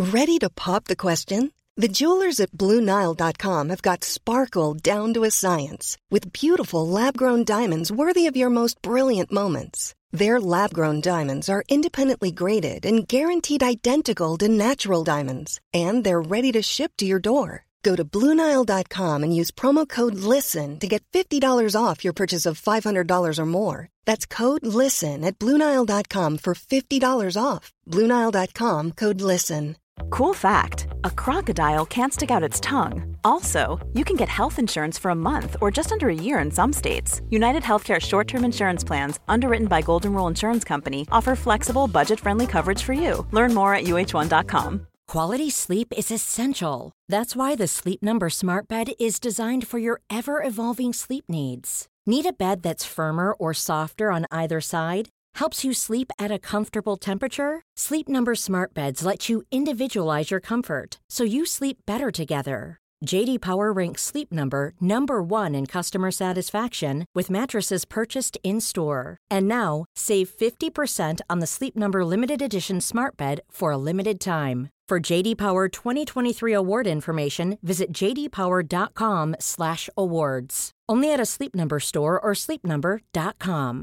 Ready to pop the question? The jewelers at BlueNile.com have got sparkle down to a science with beautiful lab-grown diamonds worthy of your most brilliant moments. Their lab-grown diamonds are independently graded and guaranteed identical to natural diamonds, and they're ready to ship to your door. Go to BlueNile.com and use promo code LISTEN to get $50 off your purchase of $500 or more. That's code LISTEN at BlueNile.com for $50 off. BlueNile.com, code LISTEN. Cool fact, a crocodile can't stick out its tongue. Also, you can get health insurance for a month or just under a year in some states. United Healthcare short-term insurance plans, underwritten by Golden Rule Insurance Company, offer flexible, budget-friendly coverage for you. Learn more at uh1.com. Quality sleep is essential. That's why the Sleep Number Smart Bed is designed for your ever-evolving sleep needs. Need a bed that's firmer or softer on either side? Helps you sleep at a comfortable temperature? Sleep Number Smart Beds let you individualize your comfort, so you sleep better together. J.D. Power ranks Sleep Number number 1 in customer satisfaction with mattresses purchased in-store. And now, save 50% on the Sleep Number Limited Edition Smart Bed for a limited time. For J.D. Power 2023 award information, visit jdpower.com/awards. Only at a Sleep Number store or sleepnumber.com.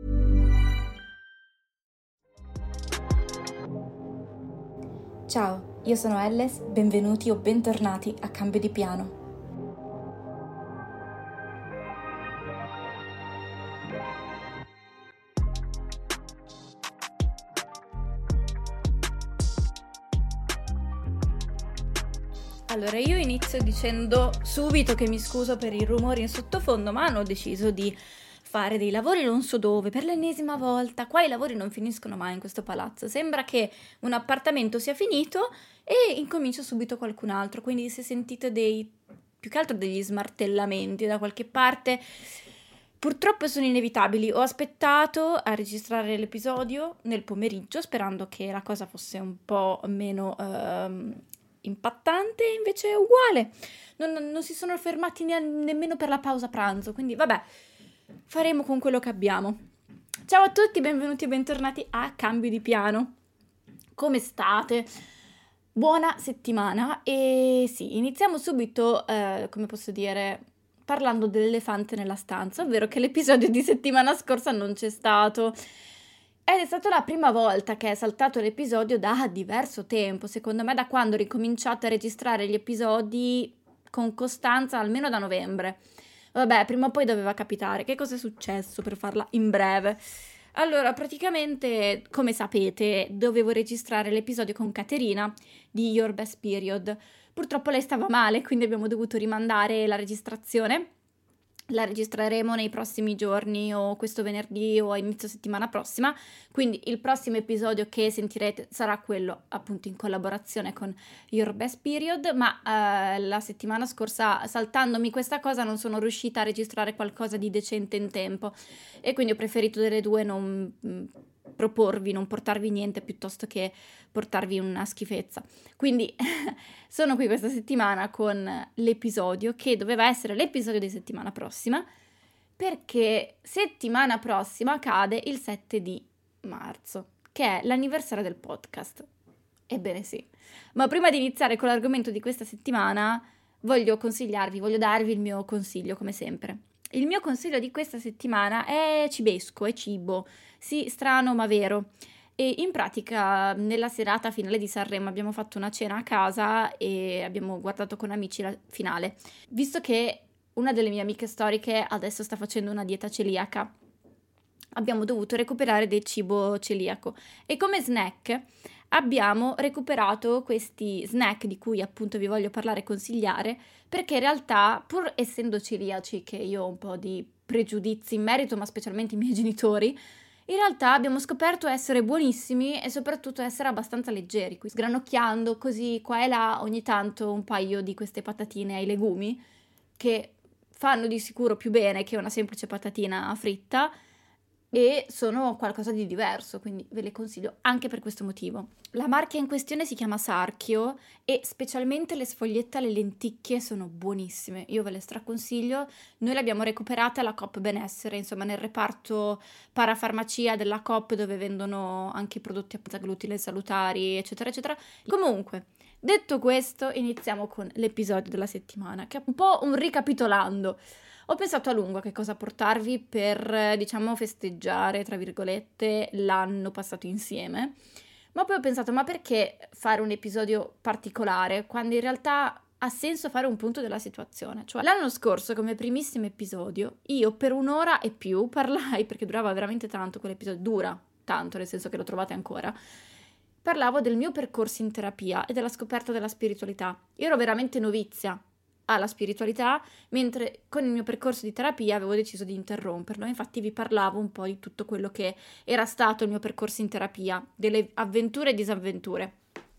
Ciao, io sono Elles, benvenuti o bentornati a Cambio di Piano. Allora, io inizio dicendo subito che mi scuso per i rumori in sottofondo, ma hanno deciso di fare dei lavori non so dove per l'ennesima volta. Qua i lavori non finiscono mai in questo palazzo. Sembra che un appartamento sia finito e incomincia subito qualcun altro. Quindi se sentite più che altro degli smartellamenti da qualche parte, purtroppo sono inevitabili. Ho aspettato a registrare l'episodio nel pomeriggio sperando che la cosa fosse un po' meno impattante, invece è uguale. Non si sono fermati nemmeno per la pausa pranzo, quindi vabbè, faremo con quello che abbiamo. Ciao a tutti, benvenuti e bentornati a Cambio di Piano. Come state? Buona settimana. E sì, iniziamo subito, come posso dire, parlando dell'elefante nella stanza, ovvero che l'episodio di settimana scorsa non c'è stato. Ed è stata la prima volta che è saltato l'episodio da diverso tempo, secondo me da quando ho ricominciato a registrare gli episodi con costanza, almeno da novembre. Vabbè, prima o poi doveva capitare. Che cosa è successo, per farla in breve? Allora, praticamente, come sapete, dovevo registrare l'episodio con Caterina di Your Best Period. Purtroppo lei stava male, quindi abbiamo dovuto rimandare la registrazione. La registreremo nei prossimi giorni, o questo venerdì o a inizio settimana prossima, quindi il prossimo episodio che sentirete sarà quello appunto in collaborazione con Your Best Period, ma la settimana scorsa, saltandomi questa cosa, non sono riuscita a registrare qualcosa di decente in tempo e quindi ho preferito delle due non portarvi niente piuttosto che portarvi una schifezza. Quindi sono qui questa settimana con l'episodio che doveva essere l'episodio di settimana prossima, perché settimana prossima cade il 7 di marzo, che è l'anniversario del podcast. Ebbene sì. Ma prima di iniziare con l'argomento di questa settimana voglio darvi il mio consiglio, come sempre. Il mio consiglio di questa settimana è cibesco, è cibo. Sì, strano ma vero. E in pratica nella serata finale di Sanremo abbiamo fatto una cena a casa e abbiamo guardato con amici la finale. Visto che una delle mie amiche storiche adesso sta facendo una dieta celiaca, abbiamo dovuto recuperare del cibo celiaco e come snack abbiamo recuperato questi snack di cui appunto vi voglio parlare e consigliare, perché in realtà, pur essendo celiaci, che io ho un po' di pregiudizi in merito, ma specialmente i miei genitori, in realtà abbiamo scoperto essere buonissimi e soprattutto essere abbastanza leggeri, qui sgranocchiando così qua e là ogni tanto un paio di queste patatine ai legumi, che fanno di sicuro più bene che una semplice patatina fritta, e sono qualcosa di diverso, quindi ve le consiglio anche per questo motivo. La marca in questione si chiama Sarchio e specialmente le sfogliette alle lenticchie sono buonissime, io ve le straconsiglio. Noi le abbiamo recuperate alla Coop Benessere, insomma nel reparto parafarmacia della Coop, dove vendono anche i prodotti a glutine salutari, eccetera eccetera. Comunque, detto questo, iniziamo con l'episodio della settimana, che è un po' un ricapitolando. Ho pensato a lungo a che cosa portarvi per, diciamo, festeggiare, tra virgolette, l'anno passato insieme, ma poi ho pensato, ma perché fare un episodio particolare, quando in realtà ha senso fare un punto della situazione? Cioè, l'anno scorso, come primissimo episodio, io per 1 ora e più parlai, perché durava veramente tanto quell'episodio, dura tanto, nel senso che lo trovate ancora, parlavo del mio percorso in terapia e della scoperta della spiritualità. Io ero veramente novizia alla spiritualità, mentre con il mio percorso di terapia avevo deciso di interromperlo. Infatti vi parlavo un po' di tutto quello che era stato il mio percorso in terapia, delle avventure e disavventure.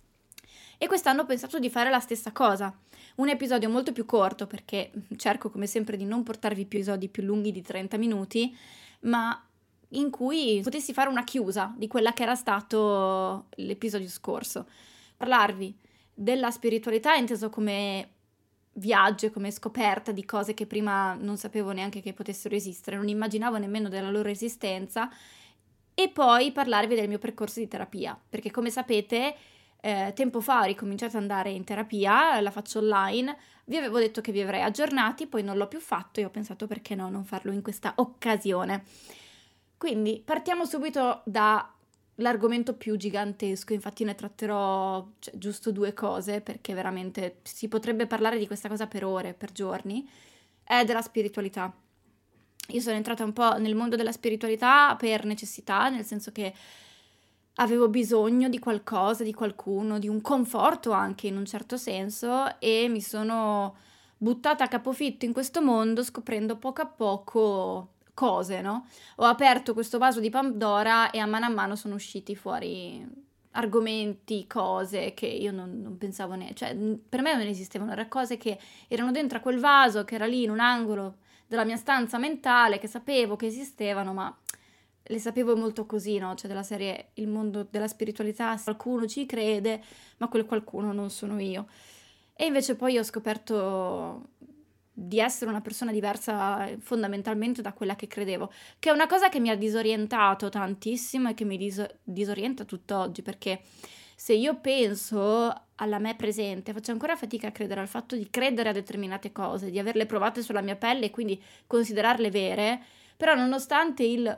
E quest'anno ho pensato di fare la stessa cosa, un episodio molto più corto, perché cerco come sempre di non portarvi più episodi più lunghi di 30 minuti, ma in cui potessi fare una chiusa di quella che era stato l'episodio scorso. Parlarvi della spiritualità inteso come viaggio, come scoperta di cose che prima non sapevo neanche che potessero esistere, non immaginavo nemmeno della loro esistenza, e poi parlarvi del mio percorso di terapia, perché come sapete tempo fa ho ricominciato ad andare in terapia, la faccio online, vi avevo detto che vi avrei aggiornati, poi non l'ho più fatto e ho pensato perché no, non farlo in questa occasione. Quindi partiamo subito dall'argomento più gigantesco, infatti ne tratterò giusto 2 cose, perché veramente si potrebbe parlare di questa cosa per ore, per giorni, è della spiritualità. Io sono entrata un po' nel mondo della spiritualità per necessità, nel senso che avevo bisogno di qualcosa, di qualcuno, di un conforto anche in un certo senso, e mi sono buttata a capofitto in questo mondo scoprendo poco a poco cose, no? Ho aperto questo vaso di Pandora e a mano sono usciti fuori argomenti, cose che io non pensavo neanche, cioè per me non esistevano, erano cose che erano dentro a quel vaso, che era lì in un angolo della mia stanza mentale, che sapevo che esistevano, ma le sapevo molto così, no? Cioè della serie, il mondo della spiritualità, qualcuno ci crede, ma quel qualcuno non sono io. E invece poi ho scoperto di essere una persona diversa fondamentalmente da quella che credevo, che è una cosa che mi ha disorientato tantissimo e che mi disorienta tutt'oggi, perché se io penso alla me presente faccio ancora fatica a credere al fatto di credere a determinate cose, di averle provate sulla mia pelle e quindi considerarle vere, però nonostante il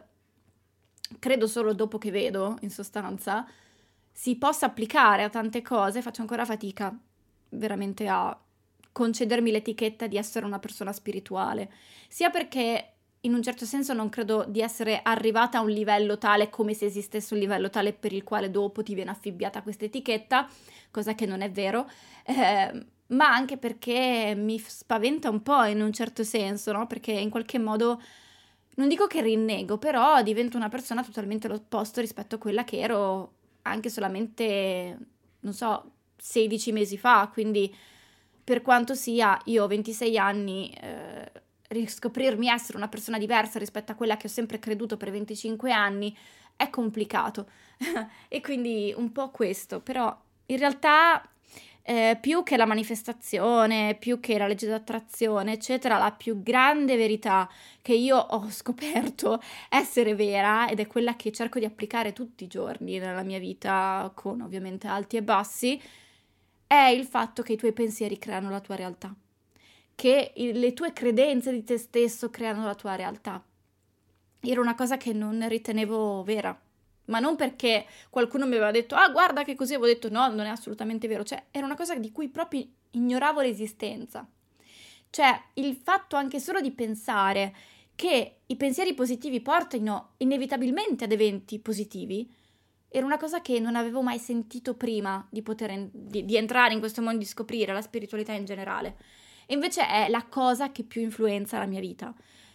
credo solo dopo che vedo, in sostanza, si possa applicare a tante cose, faccio ancora fatica veramente a concedermi l'etichetta di essere una persona spirituale, sia perché in un certo senso non credo di essere arrivata a un livello tale, come se esistesse un livello tale per il quale dopo ti viene affibbiata questa etichetta, cosa che non è vero, ma anche perché mi spaventa un po' in un certo senso, no? Perché in qualche modo, non dico che rinnego, però divento una persona totalmente all'opposto rispetto a quella che ero anche solamente, non so, 16 mesi fa, quindi per quanto sia, io ho 26 anni, riscoprirmi essere una persona diversa rispetto a quella che ho sempre creduto per 25 anni è complicato. E quindi un po' questo, però in realtà più che la manifestazione, più che la legge d'attrazione, eccetera, la più grande verità che io ho scoperto essere vera, ed è quella che cerco di applicare tutti i giorni nella mia vita, con ovviamente alti e bassi, è il fatto che i tuoi pensieri creano la tua realtà, che le tue credenze di te stesso creano la tua realtà. Era una cosa che non ritenevo vera, ma non perché qualcuno mi aveva detto ah guarda che così, avevo detto no, non è assolutamente vero, cioè era una cosa di cui proprio ignoravo l'esistenza. Cioè il fatto anche solo di pensare che i pensieri positivi portino inevitabilmente ad eventi positivi era una cosa che non avevo mai sentito prima di poter di entrare in questo mondo, di scoprire la spiritualità in generale. E invece è la cosa che più influenza la mia vita.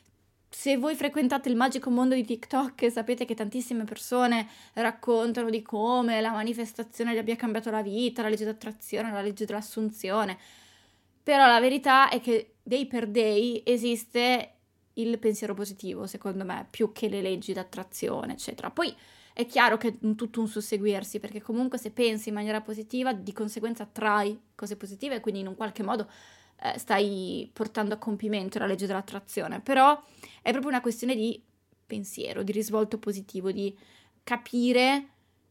Se voi frequentate il magico mondo di TikTok sapete che tantissime persone raccontano di come la manifestazione gli abbia cambiato la vita, la legge d'attrazione, la legge dell'assunzione. Però la verità è che day per day esiste il pensiero positivo, secondo me, più che le leggi d'attrazione, eccetera. Poi è chiaro che è tutto un susseguirsi, perché comunque se pensi in maniera positiva, di conseguenza attrai cose positive e quindi in un qualche modo stai portando a compimento la legge dell'attrazione. Però è proprio una questione di pensiero, di risvolto positivo, di capire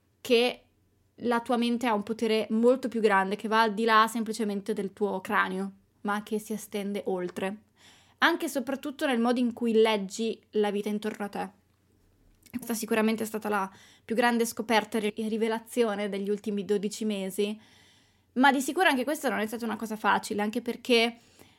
che la tua mente ha un potere molto più grande, che va al di là semplicemente del tuo cranio, ma che si estende oltre. Anche e soprattutto nel modo in cui leggi la vita intorno a te. Questa sicuramente è stata la più grande scoperta e rivelazione degli ultimi 12 mesi, ma di sicuro anche questa non è stata una cosa facile, anche perché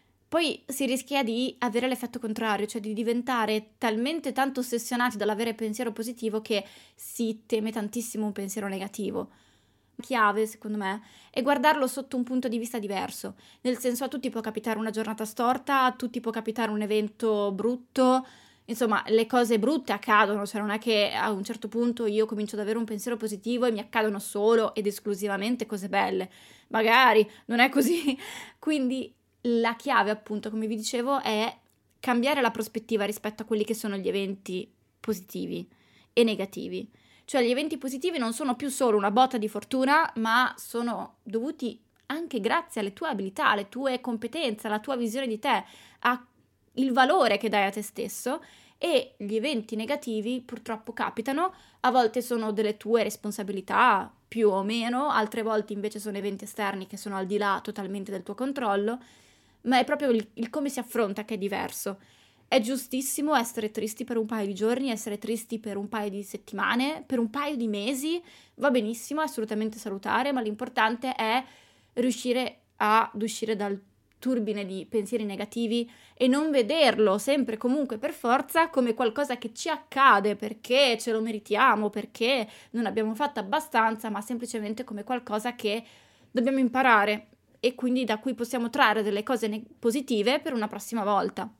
poi si rischia di avere l'effetto contrario, cioè di diventare talmente tanto ossessionati dall'avere pensiero positivo che si teme tantissimo un pensiero negativo. La chiave, secondo me, è guardarlo sotto un punto di vista diverso, nel senso a tutti può capitare una giornata storta, a tutti può capitare un evento brutto. Insomma, le cose brutte accadono, cioè non è che a un certo punto io comincio ad avere un pensiero positivo e mi accadono solo ed esclusivamente cose belle. Magari non è così. Quindi la chiave, appunto, come vi dicevo, è cambiare la prospettiva rispetto a quelli che sono gli eventi positivi e negativi. Cioè gli eventi positivi non sono più solo una botta di fortuna, ma sono dovuti anche grazie alle tue abilità, alle tue competenze, alla tua visione di te, a il valore che dai a te stesso. E gli eventi negativi purtroppo capitano, a volte sono delle tue responsabilità più o meno, altre volte invece sono eventi esterni che sono al di là totalmente del tuo controllo, ma è proprio il come si affronta che è diverso. È giustissimo essere tristi per un paio di giorni, essere tristi per un paio di settimane, per un paio di mesi, va benissimo, è assolutamente salutare, ma l'importante è riuscire ad uscire dal turbine di pensieri negativi e non vederlo sempre comunque per forza come qualcosa che ci accade perché ce lo meritiamo, perché non abbiamo fatto abbastanza, ma semplicemente come qualcosa che dobbiamo imparare e quindi da cui possiamo trarre delle cose positive per una prossima volta.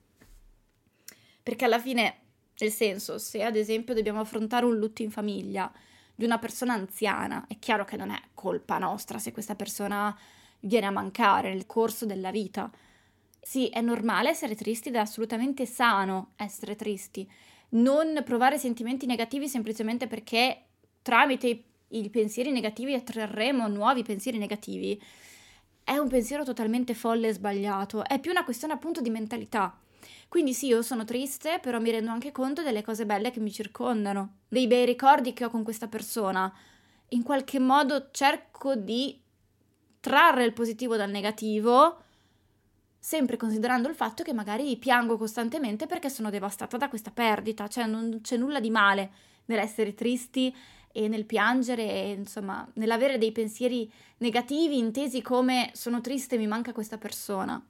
Perché alla fine, nel senso, se ad esempio dobbiamo affrontare un lutto in famiglia di una persona anziana, è chiaro che non è colpa nostra se questa persona viene a mancare nel corso della vita. Sì, è normale essere tristi ed è assolutamente sano essere tristi. Non provare sentimenti negativi semplicemente perché tramite i pensieri negativi attrarremo nuovi pensieri negativi. È un pensiero totalmente folle e sbagliato. È più una questione appunto di mentalità. Quindi sì, io sono triste, però mi rendo anche conto delle cose belle che mi circondano, dei bei ricordi che ho con questa persona. In qualche modo cerco di trarre il positivo dal negativo, sempre considerando il fatto che magari piango costantemente perché sono devastata da questa perdita, cioè non c'è nulla di male nell'essere tristi e nel piangere e insomma nell'avere dei pensieri negativi intesi come sono triste e mi manca questa persona.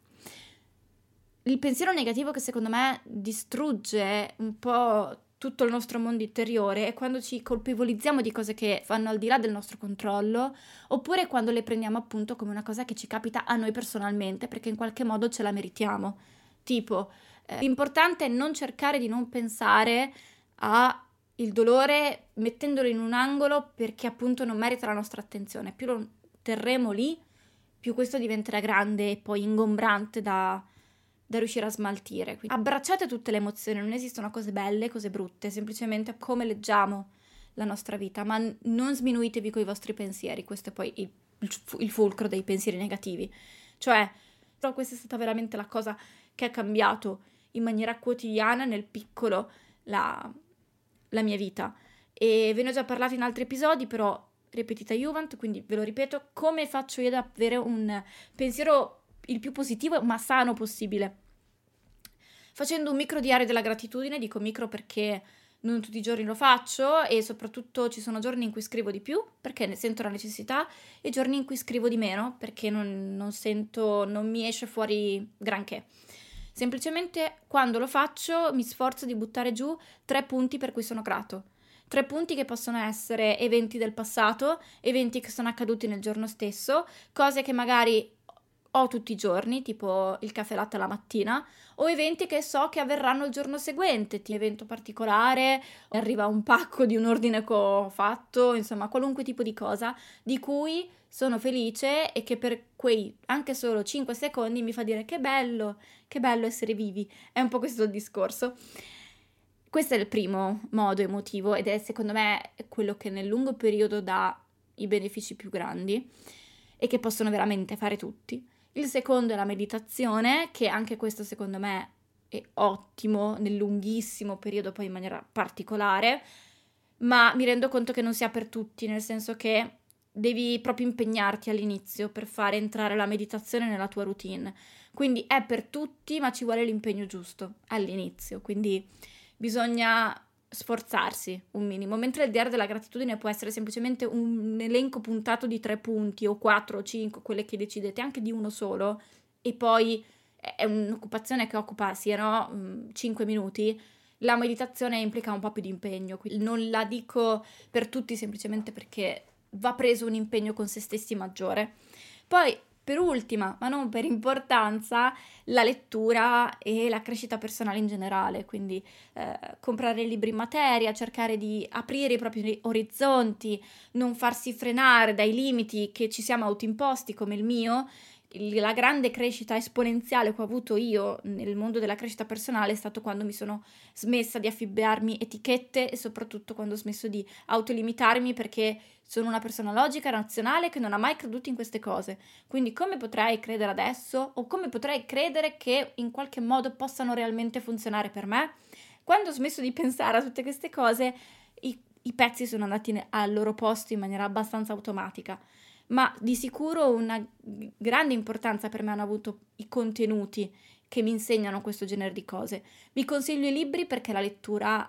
Il pensiero negativo che secondo me distrugge un po' tutto il nostro mondo interiore è quando ci colpevolizziamo di cose che vanno al di là del nostro controllo, oppure quando le prendiamo appunto come una cosa che ci capita a noi personalmente, perché in qualche modo ce la meritiamo. Tipo, l'importante è non cercare di non pensare a il dolore mettendolo in un angolo perché appunto non merita la nostra attenzione. Più lo terremo lì, più questo diventerà grande e poi ingombrante da riuscire a smaltire. Quindi abbracciate tutte le emozioni, non esistono cose belle, cose brutte, semplicemente come leggiamo la nostra vita, ma non sminuitevi coi vostri pensieri, questo è poi il fulcro dei pensieri negativi. Cioè, però questa è stata veramente la cosa che ha cambiato in maniera quotidiana, nel piccolo, la mia vita. E ve ne ho già parlato in altri episodi, però repetita Juvent, quindi ve lo ripeto, come faccio io ad avere un pensiero il più positivo ma sano possibile? Facendo un micro diario della gratitudine, dico micro perché non tutti i giorni lo faccio e soprattutto ci sono giorni in cui scrivo di più perché ne sento la necessità e giorni in cui scrivo di meno perché non mi esce fuori granché. Semplicemente quando lo faccio mi sforzo di buttare giù 3 punti per cui sono grato. 3 punti che possono essere eventi del passato, eventi che sono accaduti nel giorno stesso, cose che magari ho tutti i giorni, tipo il caffè latte la mattina, o eventi che so che avverranno il giorno seguente, evento particolare, arriva un pacco di un ordine che ho fatto, insomma qualunque tipo di cosa di cui sono felice e che per quei anche solo 5 secondi mi fa dire che bello essere vivi. È un po' questo il discorso. Questo è il primo modo emotivo ed è secondo me quello che nel lungo periodo dà i benefici più grandi e che possono veramente fare tutti. Il secondo è la meditazione, che anche questo secondo me è ottimo nel lunghissimo periodo, poi in maniera particolare, ma mi rendo conto che non sia per tutti, nel senso che devi proprio impegnarti all'inizio per fare entrare la meditazione nella tua routine. Quindi è per tutti, ma ci vuole l'impegno giusto all'inizio, quindi bisogna sforzarsi un minimo, mentre il diario della gratitudine può essere semplicemente un elenco puntato di 3 punti o 4 o 5, quelle che decidete, anche di uno solo, e poi è un'occupazione che occupa, siano 5 minuti. La meditazione implica un po' più di impegno, quindi non la dico per tutti semplicemente perché va preso un impegno con se stessi maggiore. Poi, per ultima, ma non per importanza, la lettura e la crescita personale in generale, quindi comprare libri in materia, cercare di aprire i propri orizzonti, non farsi frenare dai limiti che ci siamo autoimposti come il mio. La grande crescita esponenziale che ho avuto io nel mondo della crescita personale è stato quando mi sono smessa di affibbiarmi etichette e soprattutto quando ho smesso di autolimitarmi, perché sono una persona logica, razionale, che non ha mai creduto in queste cose. Quindi come potrei credere adesso? O come potrei credere che in qualche modo possano realmente funzionare per me? Quando ho smesso di pensare a tutte queste cose, i pezzi sono andati al loro posto in maniera abbastanza automatica. Ma di sicuro una grande importanza per me hanno avuto i contenuti che mi insegnano questo genere di cose. Vi consiglio i libri perché la lettura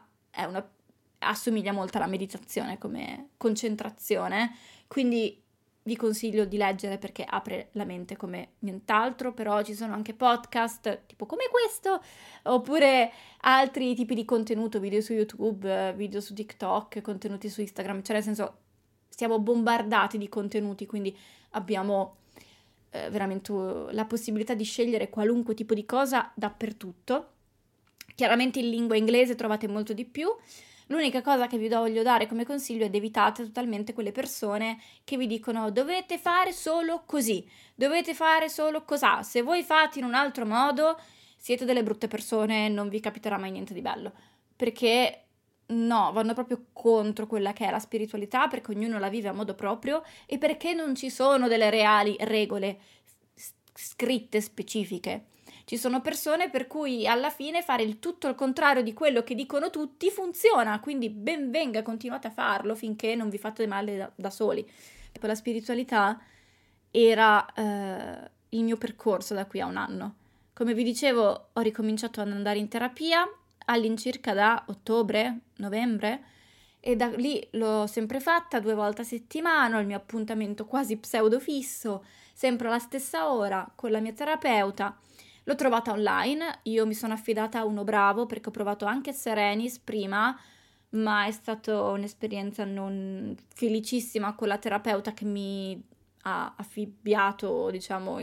assomiglia molto alla meditazione come concentrazione, quindi vi consiglio di leggere perché apre la mente come nient'altro, però ci sono anche podcast tipo come questo, oppure altri tipi di contenuto, video su YouTube, video su TikTok, contenuti su Instagram, cioè nel senso siamo bombardati di contenuti, quindi abbiamo veramente la possibilità di scegliere qualunque tipo di cosa dappertutto. Chiaramente in lingua inglese trovate molto di più. L'unica cosa che vi voglio dare come consiglio è di evitate totalmente quelle persone che vi dicono dovete fare solo così, dovete fare solo cosà, se voi fate in un altro modo siete delle brutte persone, non vi capiterà mai niente di bello, perché no, vanno proprio contro quella che è la spiritualità, perché ognuno la vive a modo proprio e perché non ci sono delle reali regole scritte specifiche. Ci sono persone per cui alla fine fare il tutto al contrario di quello che dicono tutti funziona, quindi ben venga, continuate a farlo finché non vi fate male da soli. La spiritualità era il mio percorso da qui a un anno. Come vi dicevo, ho ricominciato ad andare in terapia all'incirca da ottobre, novembre, e da lì l'ho sempre fatta 2 volte a settimana, ho il mio appuntamento quasi pseudo fisso, sempre alla stessa ora con la mia terapeuta. L'ho trovata online, io mi sono affidata a uno bravo perché ho provato anche Serenis prima, ma è stata un'esperienza non felicissima con la terapeuta che mi ha affibbiato, diciamo,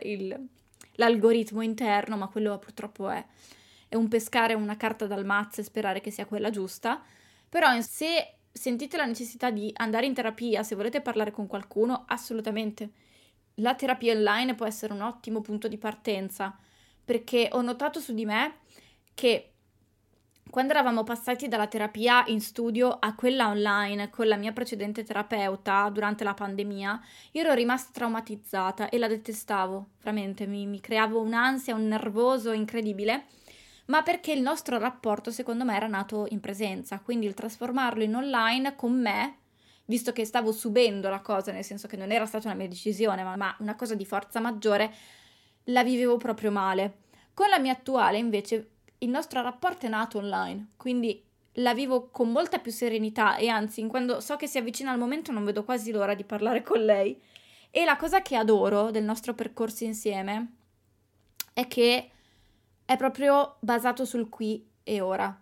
l'algoritmo interno, ma quello purtroppo è un pescare una carta dal mazzo e sperare che sia quella giusta. Però se sentite la necessità di andare in terapia, se volete parlare con qualcuno, assolutamente. La terapia online può essere un ottimo punto di partenza, perché ho notato su di me che quando eravamo passati dalla terapia in studio a quella online con la mia precedente terapeuta durante la pandemia, io ero rimasta traumatizzata e la detestavo, veramente, mi creavo un'ansia, un nervoso incredibile, ma perché il nostro rapporto secondo me era nato in presenza, quindi il trasformarlo in online con me, visto che stavo subendo la cosa, nel senso che non era stata una mia decisione, ma una cosa di forza maggiore, la vivevo proprio male. Con la mia attuale invece il nostro rapporto è nato online, quindi la vivo con molta più serenità e anzi quando so che si avvicina il momento non vedo quasi l'ora di parlare con lei. E la cosa che adoro del nostro percorso insieme è che è proprio basato sul qui e ora,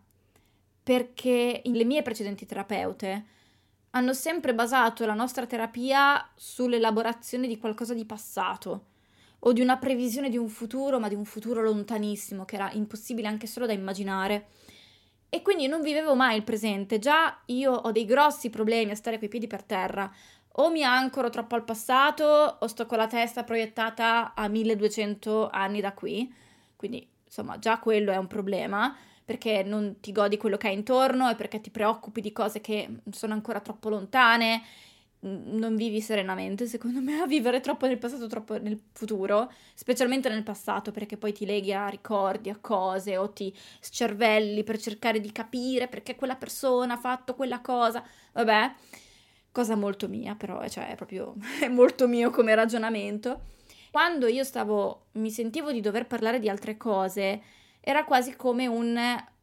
perché le mie precedenti terapeute hanno sempre basato la nostra terapia sull'elaborazione di qualcosa di passato, o di una previsione di un futuro, ma di un futuro lontanissimo, che era impossibile anche solo da immaginare. E quindi non vivevo mai il presente. Già io ho dei grossi problemi a stare coi piedi per terra. O mi ancoro troppo al passato, o sto con la testa proiettata a 1200 anni da qui. Quindi, insomma, già quello è un problema, perché non ti godi quello che hai intorno e perché ti preoccupi di cose che sono ancora troppo lontane. Non vivi serenamente, secondo me, a vivere troppo nel passato, troppo nel futuro, specialmente nel passato, perché poi ti leghi a ricordi, a cose, o ti scervelli per cercare di capire perché quella persona ha fatto quella cosa. Vabbè, cosa molto mia, però, cioè, è proprio è molto mio come ragionamento. Quando io mi sentivo di dover parlare di altre cose, era quasi come un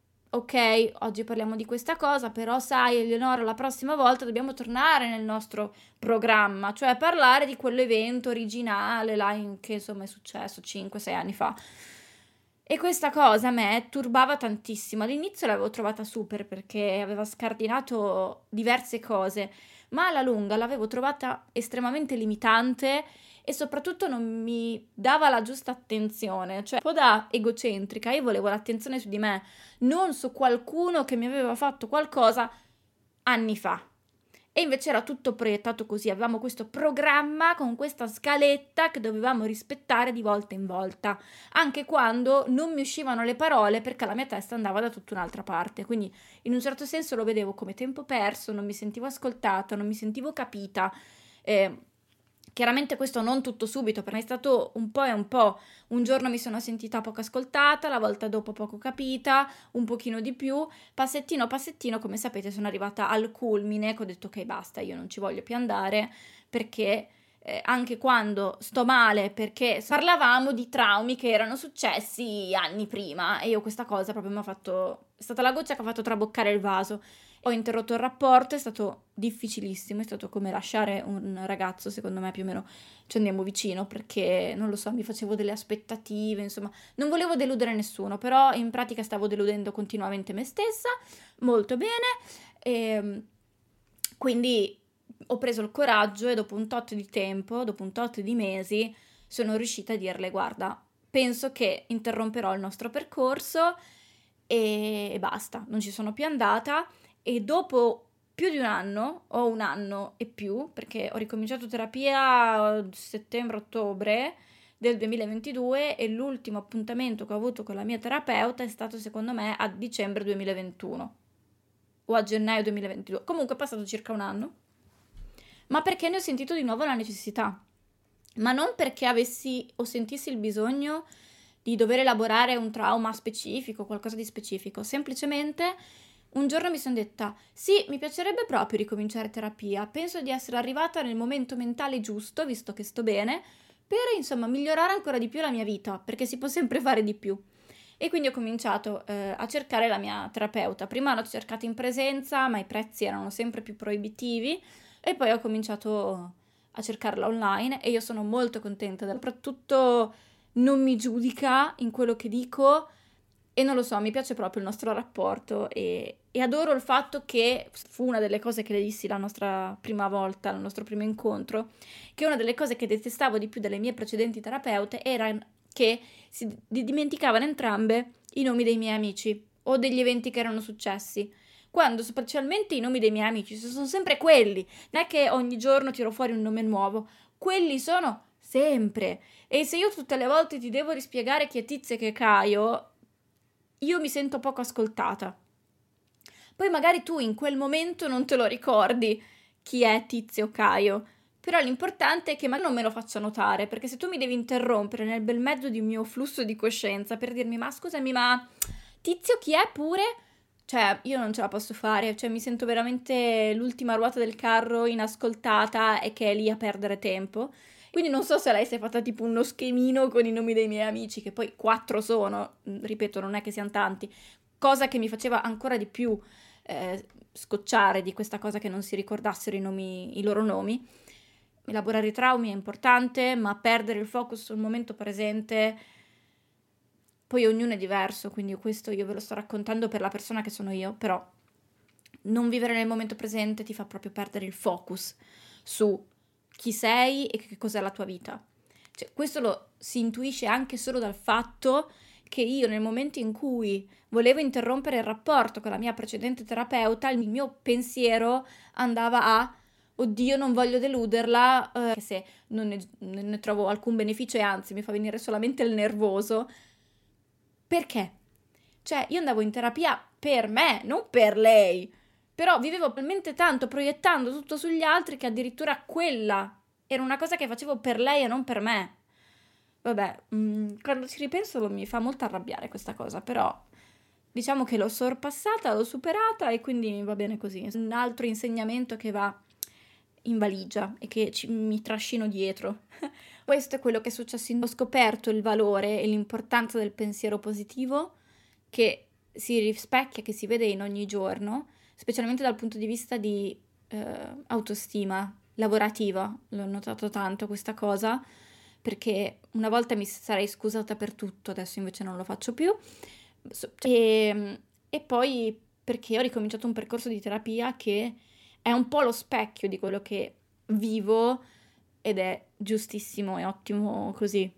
ok, oggi parliamo di questa cosa, però sai, Eleonora, la prossima volta dobbiamo tornare nel nostro programma, cioè parlare di quell'evento originale là che insomma è successo 5-6 anni fa. E questa cosa a me turbava tantissimo. All'inizio l'avevo trovata super perché aveva scardinato diverse cose, ma alla lunga l'avevo trovata estremamente limitante e soprattutto non mi dava la giusta attenzione, cioè un po' da egocentrica. Io volevo l'attenzione su di me, non su qualcuno che mi aveva fatto qualcosa anni fa. E invece era tutto proiettato così, avevamo questo programma con questa scaletta che dovevamo rispettare di volta in volta, anche quando non mi uscivano le parole perché la mia testa andava da tutta un'altra parte. Quindi in un certo senso lo vedevo come tempo perso, non mi sentivo ascoltata, non mi sentivo capita. Chiaramente questo non tutto subito, per me è stato un po' e un po'. Un giorno mi sono sentita poco ascoltata, la volta dopo poco capita, un pochino di più, passettino passettino, come sapete sono arrivata al culmine, che ho detto ok basta, io non ci voglio più andare, perché anche quando sto male, perché parlavamo di traumi che erano successi anni prima, e io questa cosa proprio è stata la goccia che ha fatto traboccare il vaso. Ho interrotto il rapporto, è stato difficilissimo, è stato come lasciare un ragazzo, secondo me più o meno ci andiamo vicino, perché non lo so, mi facevo delle aspettative, insomma, non volevo deludere nessuno, però in pratica stavo deludendo continuamente me stessa, molto bene, e quindi ho preso il coraggio e dopo un tot di tempo, dopo un tot di mesi, sono riuscita a dirle guarda, penso che interromperò il nostro percorso e basta, non ci sono più andata. E dopo più di un anno, o un anno e più, perché ho ricominciato terapia settembre-ottobre del 2022 e l'ultimo appuntamento che ho avuto con la mia terapeuta è stato secondo me a dicembre 2021 o a gennaio 2022, comunque è passato circa un anno, ma perché ne ho sentito di nuovo la necessità, ma non perché o sentissi il bisogno di dover elaborare un trauma specifico, qualcosa di specifico, semplicemente un giorno mi sono detta, sì, mi piacerebbe proprio ricominciare terapia, penso di essere arrivata nel momento mentale giusto, visto che sto bene, per insomma migliorare ancora di più la mia vita, perché si può sempre fare di più. E quindi ho cominciato a cercare la mia terapeuta. Prima l'ho cercata in presenza, ma i prezzi erano sempre più proibitivi, e poi ho cominciato a cercarla online e io sono molto contenta, soprattutto non mi giudica in quello che dico. E non lo so, mi piace proprio il nostro rapporto e adoro il fatto che fu una delle cose che le dissi la nostra prima volta, il nostro primo incontro, che una delle cose che detestavo di più delle mie precedenti terapeute era che si dimenticavano entrambe i nomi dei miei amici o degli eventi che erano successi, quando specialmente i nomi dei miei amici sono sempre quelli, non è che ogni giorno tiro fuori un nome nuovo, quelli sono sempre. E se io tutte le volte ti devo rispiegare chi è Tizio e che è Caio, io mi sento poco ascoltata. Poi magari tu in quel momento non te lo ricordi chi è Tizio o Caio, però l'importante è che non me lo faccia notare, perché se tu mi devi interrompere nel bel mezzo di un mio flusso di coscienza per dirmi ma scusami, ma Tizio chi è pure? Cioè, io non ce la posso fare, cioè mi sento veramente l'ultima ruota del carro inascoltata e che è lì a perdere tempo. Quindi non so se lei si è fatta tipo uno schemino con i nomi dei miei amici, che poi 4 sono, ripeto, non è che siano tanti, cosa che mi faceva ancora di più scocciare di questa cosa che non si ricordassero i loro nomi. Elaborare i traumi è importante, ma perdere il focus sul momento presente, poi ognuno è diverso, quindi questo io ve lo sto raccontando per la persona che sono io, però non vivere nel momento presente ti fa proprio perdere il focus su chi sei e che cos'è la tua vita. Cioè, questo lo si intuisce anche solo dal fatto che io nel momento in cui volevo interrompere il rapporto con la mia precedente terapeuta, il mio pensiero andava a oddio, non voglio deluderla, che se non ne trovo alcun beneficio e anzi mi fa venire solamente il nervoso. Perché? Cioè, io andavo in terapia per me, non per lei. Però vivevo talmente tanto proiettando tutto sugli altri che addirittura quella era una cosa che facevo per lei e non per me. Vabbè, quando ci ripenso mi fa molto arrabbiare questa cosa, però diciamo che l'ho sorpassata, l'ho superata e quindi va bene così. Un altro insegnamento che va in valigia e che mi trascino dietro. Questo è quello che è successo. Ho scoperto il valore e l'importanza del pensiero positivo che si rispecchia, che si vede in ogni giorno, specialmente dal punto di vista di autostima lavorativa. L'ho notato tanto questa cosa, perché una volta mi sarei scusata per tutto, adesso invece non lo faccio più. E poi perché ho ricominciato un percorso di terapia che è un po' lo specchio di quello che vivo ed è giustissimo e ottimo così.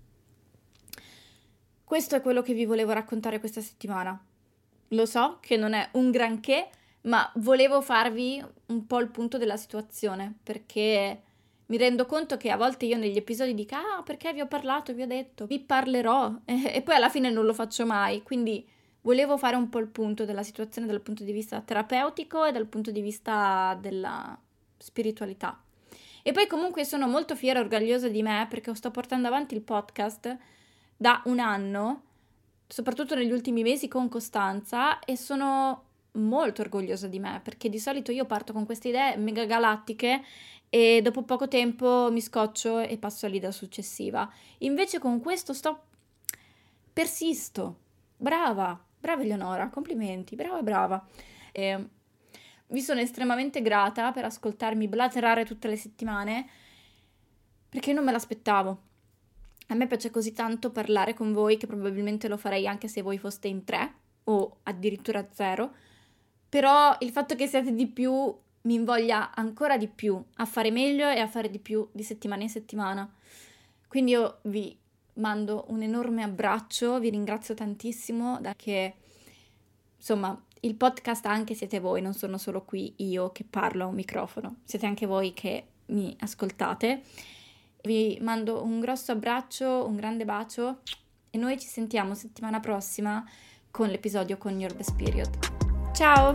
Questo è quello che vi volevo raccontare questa settimana. Lo so che non è un granché, ma volevo farvi un po' il punto della situazione, perché mi rendo conto che a volte io negli episodi dico perché vi ho parlato, vi ho detto, vi parlerò e poi alla fine non lo faccio mai, quindi volevo fare un po' il punto della situazione dal punto di vista terapeutico e dal punto di vista della spiritualità. E poi comunque sono molto fiera e orgogliosa di me perché sto portando avanti il podcast da un anno, soprattutto negli ultimi mesi con costanza, e sono molto orgogliosa di me perché di solito io parto con queste idee mega galattiche e dopo poco tempo mi scoccio e passo all'idea successiva. Invece con questo persisto. Brava Eleonora, complimenti, brava. Vi sono estremamente grata per ascoltarmi blaterare tutte le settimane, perché non me l'aspettavo. A me piace così tanto parlare con voi che probabilmente lo farei anche se voi foste in 3 o addirittura 0, però il fatto che siate di più mi invoglia ancora di più a fare meglio e a fare di più di settimana in settimana. Quindi io vi mando un enorme abbraccio, vi ringrazio tantissimo, da che insomma il podcast anche siete voi, non sono solo qui io che parlo a un microfono, siete anche voi che mi ascoltate. Vi mando un grosso abbraccio, un grande bacio e noi ci sentiamo settimana prossima con l'episodio con Your Best Period. Ciao!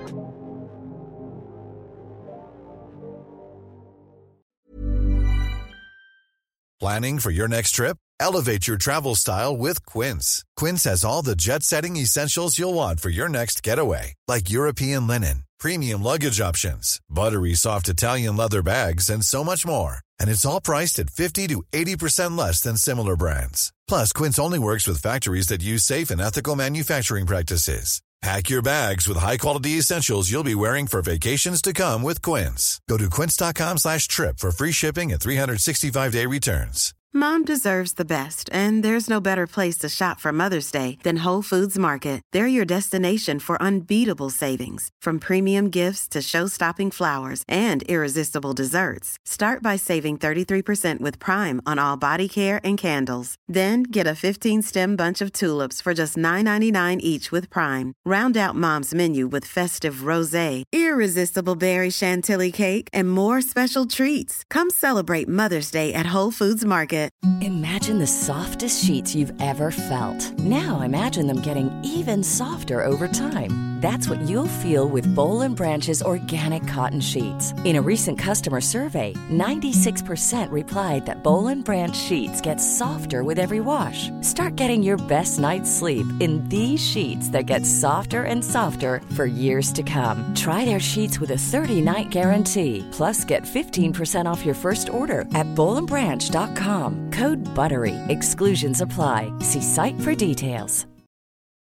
Planning for your next trip? Elevate your travel style with Quince. Quince has all the jet-setting essentials you'll want for your next getaway, like European linen, premium luggage options, buttery soft Italian leather bags, and so much more. And it's all priced at 50 to 80% less than similar brands. Plus, Quince only works with factories that use safe and ethical manufacturing practices. Pack your bags with high-quality essentials you'll be wearing for vacations to come with Quince. Go to quince.com/trip for free shipping and 365-day returns. Mom deserves the best, and there's no better place to shop for Mother's Day than Whole Foods Market. They're your destination for unbeatable savings, from premium gifts to show-stopping flowers and irresistible desserts. Start by saving 33% with Prime on all body care and candles. Then get a 15-stem bunch of tulips for just $9.99 each with Prime. Round out Mom's menu with festive rosé, irresistible berry chantilly cake, and more special treats. Come celebrate Mother's Day at Whole Foods Market. Imagine the softest sheets you've ever felt. Now imagine them getting even softer over time. That's what you'll feel with Boll & Branch's organic cotton sheets. In a recent customer survey, 96% replied that Boll & Branch sheets get softer with every wash. Start getting your best night's sleep in these sheets that get softer and softer for years to come. Try their sheets with a 30-night guarantee. Plus, get 15% off your first order at bollandbranch.com. Code BUTTERY. Exclusions apply. See site for details.